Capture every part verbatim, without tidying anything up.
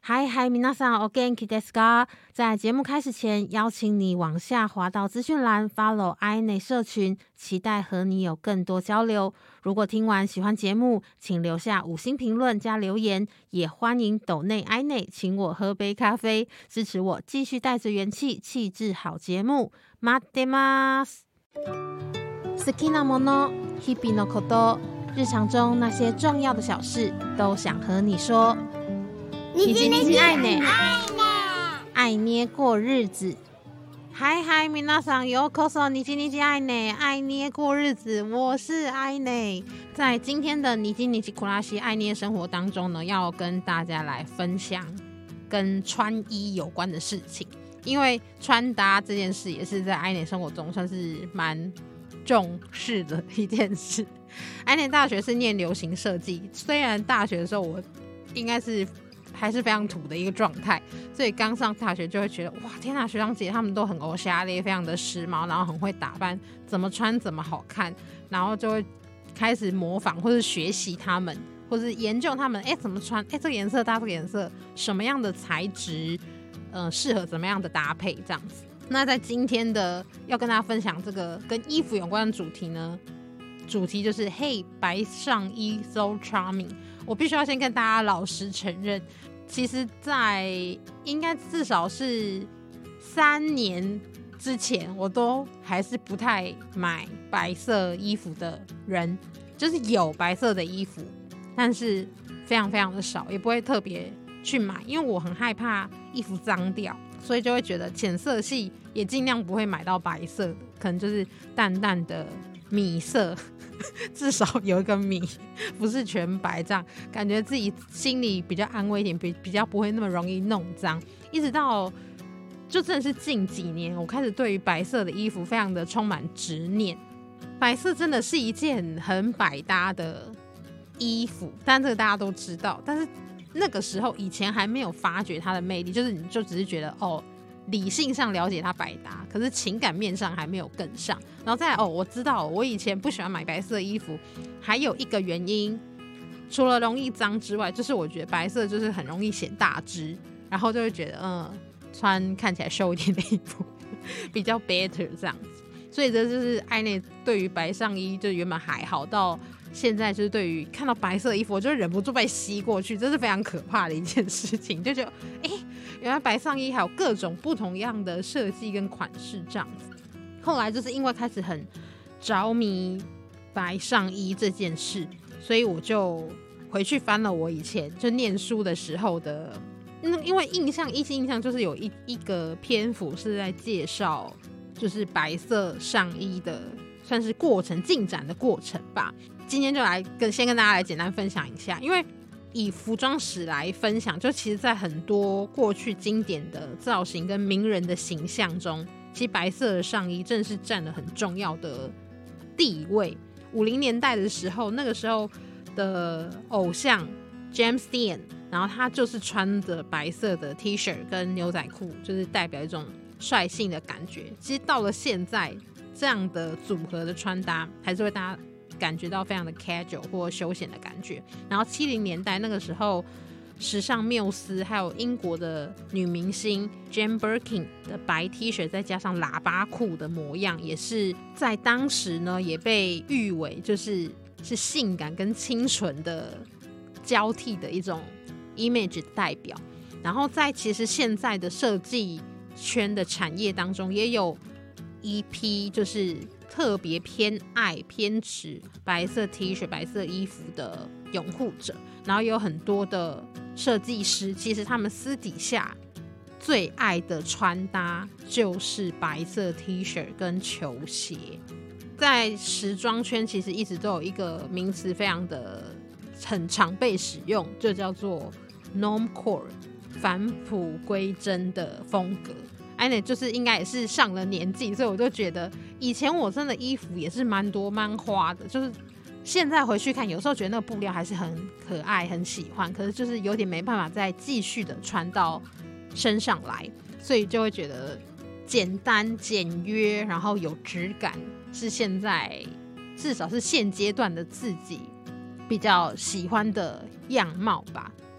嗨嗨，皆さんお元気ですか？在节目开始前，邀请你往下滑到资讯栏 follow iNet 社群，期待和你有更多交流。如果听完喜欢节目，请留下五星评论加留言，也欢迎抖内iNet请我喝杯咖啡，支持我继续带着元气，气质好节目。待ってます。好きなもの、日々のこと、日常中那些重要的小事，都想和你说。你今你今爱呢？爱捏过日子。嗨嗨，皆さんようこそ。你今你今爱呢？爱捏过日子，我是爱呢。在今天的你今你今库拉西爱捏生活当中呢，要跟大家来分享跟穿衣有关的事情，因为穿搭这件事也是在爱捏生活中算是蛮重视的一件事。爱捏大学是念流行设计，虽然大学的时候我应该是还是非常土的一个状态，所以刚上大学就会觉得哇天哪，学长姐他们都很欧夏烈，非常的时髦，然后很会打扮，怎么穿怎么好看，然后就会开始模仿或是学习他们，或是研究他们哎怎么穿，哎这个颜色搭这个颜色，什么样的材质呃适合怎么样的搭配这样子。那在今天的要跟大家分享这个跟衣服有关的主题呢，主题就是嘿白上衣 so charming。 我必须要先跟大家老实承认，其实在应该至少是三年之前，我都还是不太买白色衣服的人，就是有白色的衣服，但是非常非常的少，也不会特别去买，因为我很害怕衣服脏掉，所以就会觉得浅色系也尽量不会买到白色的，可能就是淡淡的米色，至少有一个米，不是全白，这样感觉自己心里比较安慰一点， 比, 比较不会那么容易弄脏。一直到就真的是近几年，我开始对于白色的衣服非常的充满执念。白色真的是一件很百搭的衣服，但这个大家都知道，但是那个时候以前还没有发觉它的魅力，就是你就只是觉得哦理性上了解它百搭，可是情感面上还没有跟上。然后再来哦，我知道我以前不喜欢买白色衣服还有一个原因，除了容易脏之外，就是我觉得白色就是很容易显大只，然后就会觉得嗯，穿看起来瘦一点的衣服比较 better 这样子。所以这就是爱内对于白上衣就原本还好，到现在就是对于看到白色的衣服我就忍不住被吸过去，这是非常可怕的一件事情，就觉得哎、欸，原来白上衣还有各种不同样的设计跟款式这样子。后来就是因为开始很着迷白上衣这件事，所以我就回去翻了我以前就念书的时候的，因为印象一些印象就是有 一, 一个篇幅是在介绍就是白色上衣的算是过程进展的过程吧。今天就来跟先跟大家来简单分享一下，因为以服装史来分享，就其实在很多过去经典的造型跟名人的形象中，其实白色的上衣真的是占了很重要的地位。五零年代的时候，那个时候的偶像 James Dean， 然后他就是穿着白色的 T 恤跟牛仔裤，就是代表一种率性的感觉。其实到了现在，这样的组合的穿搭还是会大家感觉到非常的 casual 或休闲的感觉。然后七零年代那个时候，时尚缪斯还有英国的女明星 Jane Birkin 的白 T 恤再加上喇叭裤的模样，也是在当时呢也被誉为就是是性感跟清纯的交替的一种 image 代表。然后在其实现在的设计圈的产业当中，也有一批就是特别偏爱偏执白色 T 恤白色衣服的拥护者，然后有很多的设计师其实他们私底下最爱的穿搭就是白色 T 恤跟球鞋。在时装圈其实一直都有一个名词非常的很常被使用，就叫做 normcore 返璞归真的风格。哎，那就是应该也是上了年纪，所以我就觉得以前我真的衣服也是蛮多蛮花的，就是现在回去看有时候觉得那个布料还是很可爱很喜欢，可是就是有点没办法再继续的穿到身上来，所以就会觉得简单简约然后有质感是现在至少是现阶段的自己比较喜欢的样貌吧。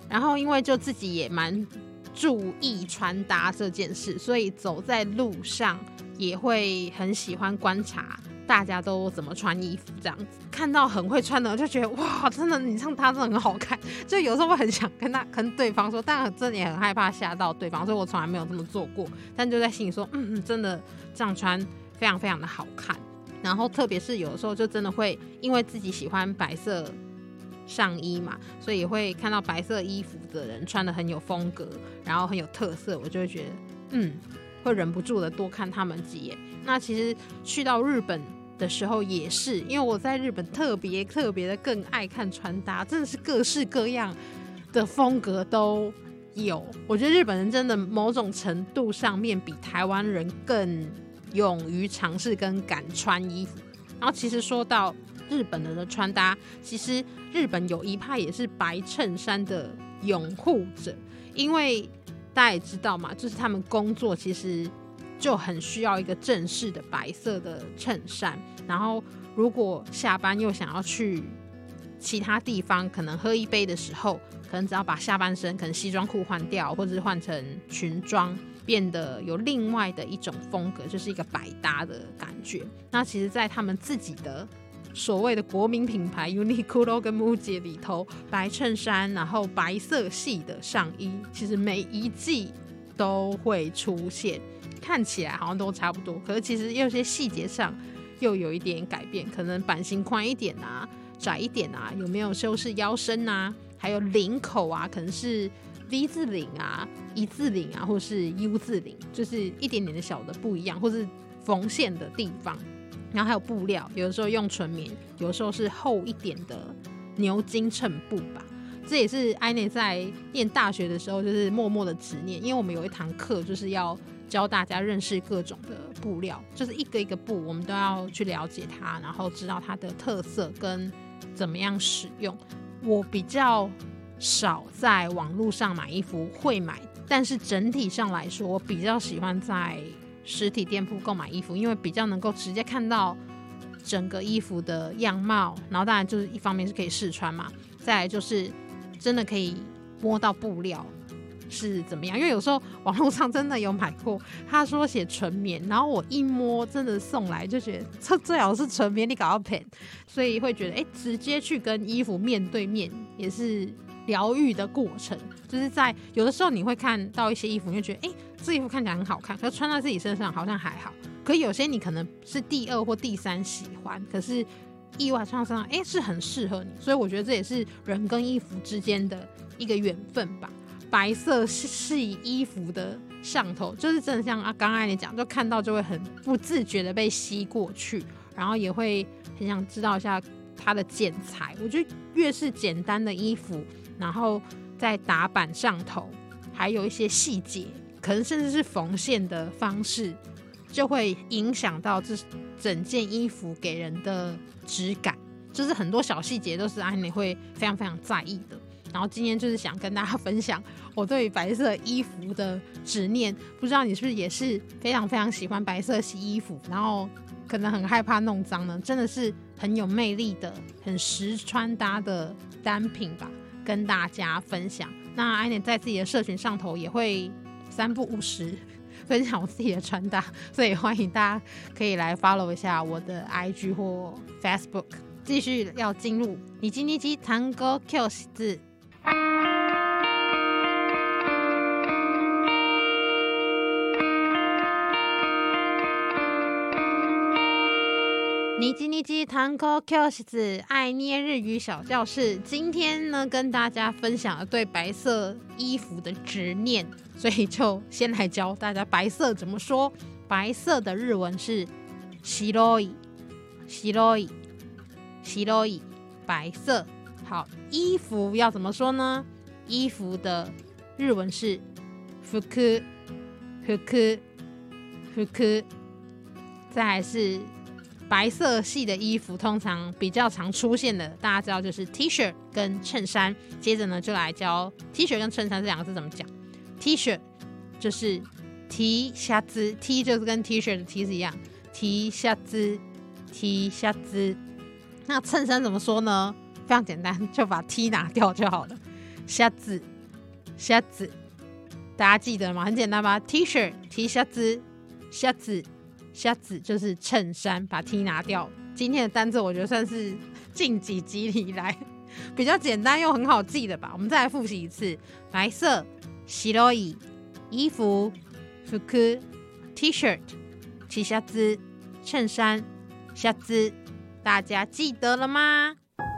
然后因为就自己也蛮注意穿搭这件事，所以走在路上也会很喜欢观察大家都怎么穿衣服，这样子看到很会穿的就觉得哇，真的你这样搭真的很好看，就有时候会很想跟他跟对方说，但真的也很害怕吓到对方，所以我从来没有这么做过，但就在心里说嗯嗯，真的这样穿非常非常的好看。然后特别是有的时候就真的会因为自己喜欢白色上衣嘛，所以也会看到白色衣服的人穿得很有风格，然后很有特色，我就会觉得嗯，会忍不住的多看他们几眼。那其实去到日本的时候也是，因为我在日本特别特别的更爱看穿搭，真的是各式各样的风格都有。我觉得日本人真的某种程度上面比台湾人更勇于尝试跟敢穿衣服。然后其实说到日本人的穿搭，其实日本有一派也是白衬衫的拥护者，因为大家也知道嘛，就是他们工作其实就很需要一个正式的白色的衬衫，然后如果下班又想要去其他地方可能喝一杯的时候，可能只要把下半身可能西装裤换掉，或者是换成裙装，变得有另外的一种风格，就是一个百搭的感觉。那其实在他们自己的所谓的国民品牌 Uniqlo 跟 Muji 里头，白衬衫然后白色系的上衣其实每一季都会出现，看起来好像都差不多，可是其实有些细节上又有一点改变，可能版型宽一点啊，窄一点啊，有没有修饰腰身啊，还有领口啊，可能是 V 字领啊、一字领啊，或是 U 字领，就是一点点的小的不一样，或是缝线的地方。然后还有布料，有的时候用纯棉，有的时候是厚一点的牛津衬布吧。这也是艾内在念大学的时候就是默默的执念，因为我们有一堂课就是要教大家认识各种的布料，就是一个一个布我们都要去了解它，然后知道它的特色跟怎么样使用。我比较少在网络上买衣服，会买，但是整体上来说我比较喜欢在实体店铺购买衣服，因为比较能够直接看到整个衣服的样貌，然后当然就是一方面是可以试穿嘛，再来就是真的可以摸到布料是怎么样，因为有时候网络上真的有买过，他说写纯棉，然后我一摸真的送来就觉得这最好是纯棉，你搞到骗，所以会觉得哎，直接去跟衣服面对面也是疗愈的过程。就是在有的时候你会看到一些衣服，你会觉得哎，这衣服看起来很好看，可是穿在自己身上好像还好，可有些你可能是第二或第三喜欢，可是意外穿上哎是很适合你，所以我觉得这也是人跟衣服之间的一个缘分吧。白色系衣服的上头，就是真的像啊刚才你讲，就看到就会很不自觉的被吸过去，然后也会很想知道一下它的剪裁。我觉得越是简单的衣服，然后在打版上头还有一些细节，可能甚至是缝线的方式，就会影响到这整件衣服给人的质感，就是很多小细节都是安妮会非常非常在意的。然后今天就是想跟大家分享我对于白色衣服的执念，不知道你是不是也是非常非常喜欢白色系衣服，然后可能很害怕弄脏呢？真的是很有魅力的很实穿搭的单品吧，跟大家分享。那安妮在自己的社群上头也会三不五时分享我自己的穿搭，所以欢迎大家可以来 follow 一下我的 I G 或 Facebook。 继续要进入你今日之単語教室。你今日之単語教室，爱捏日语小教室。今天呢，跟大家分享了对白色衣服的执念，所以就先来教大家白色怎么说。白色的日文是白い、白い、白い，白色。好，衣服要怎么说呢？衣服的日文是服、服、服。再来是白色系的衣服，通常比较常出现的，大家知道就是 T 恤跟衬衫。接着呢，就来教 T 恤跟衬衫这两个字怎么讲。T 恤就是 T シャツ ，T 就是跟 T 恤的 T 是一样 ，T シャツ T シャツ。那衬衫怎么说呢？非常简单，就把 T 拿掉就好了。シャツシャツ，大家记得吗？很简单吧 ？T 恤、T シャツ、シャツ、シャツ就是衬衫，把 T 拿掉。今天的单字我觉得算是近几集以来比较简单又很好记的吧。我们再来复习一次：白色、白い衣服、服、T 恤、T シャツ、衬衫、シャツ，大家记得了吗？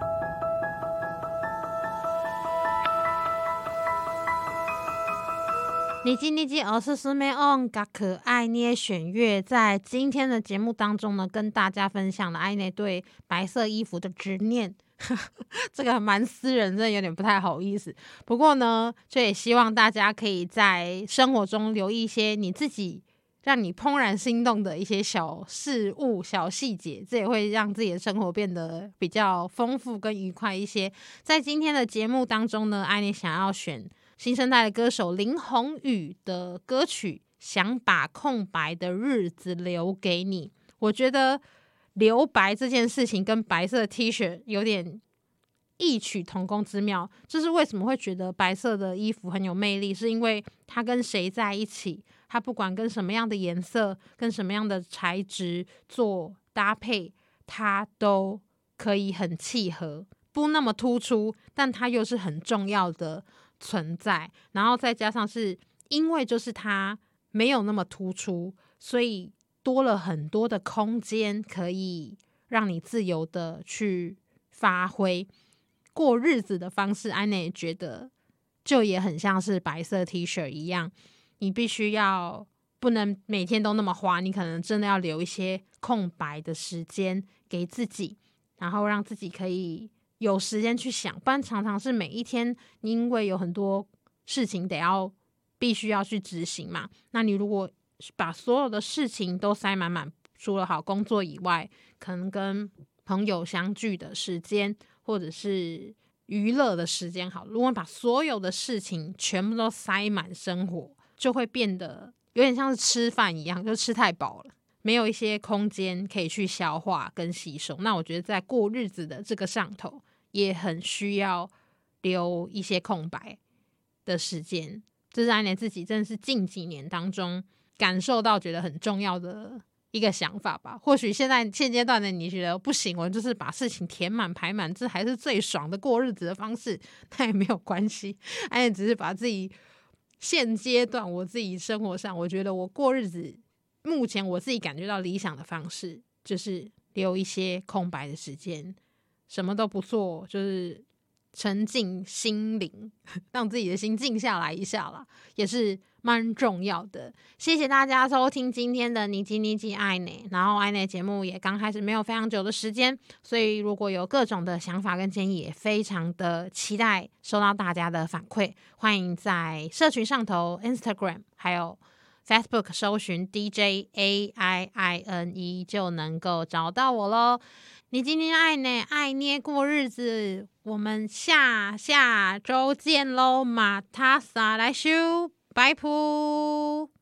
你记你记我是苏梅翁，嘎可爱捏选乐，在今天的节目当中呢，跟大家分享了爱内对白色衣服的执念。这个蛮私人，真的有点不太好意思。不过呢，就也希望大家可以在生活中留意一些你自己让你怦然心动的一些小事物、小细节，这也会让自己的生活变得比较丰富跟愉快一些。在今天的节目当中呢，爱妮想要选新生代的歌手林宏宇的歌曲《想把空白的日子留给你》。我觉得留白这件事情跟白色的 T 恤有点异曲同工之妙。就是为什么会觉得白色的衣服很有魅力，是因为它跟谁在一起，它不管跟什么样的颜色、跟什么样的材质做搭配，它都可以很契合，不那么突出，但它又是很重要的存在。然后再加上是因为就是它没有那么突出，所以多了很多的空间可以让你自由的去发挥。过日子的方式，安内觉得就也很像是白色 T 恤一样，你必须要不能每天都那么花，你可能真的要留一些空白的时间给自己，然后让自己可以有时间去想。不然常常是每一天你因为有很多事情得要必须要去执行嘛，那你如果把所有的事情都塞满满，除了好工作以外，可能跟朋友相聚的时间或者是娱乐的时间，好，如果把所有的事情全部都塞满生活，就会变得有点像是吃饭一样，就吃太饱了，没有一些空间可以去消化跟吸收。那我觉得在过日子的这个上头也很需要留一些空白的时间，这是安妮自己真的是近几年当中感受到觉得很重要的一个想法吧。或许现在现阶段的你觉得不行，我就是把事情填满排满，这还是最爽的过日子的方式，那也没有关系。安妮只是把自己现阶段我自己生活上，我觉得我过日子目前我自己感觉到理想的方式，就是留一些空白的时间，什么都不做，就是沉浸心灵，让自己的心静下来一下啦，也是蛮重要的。谢谢大家收听今天的尼基尼基爱内，然后爱内节目也刚开始没有非常久的时间，所以如果有各种的想法跟建议，也非常的期待收到大家的反馈。欢迎在社群上头 Instagram 还有 Facebook 搜寻 D J A I I N E 就能够找到我咯。你今天爱呢爱捏过日子，我们下下周见咯，马塔萨来修拜普。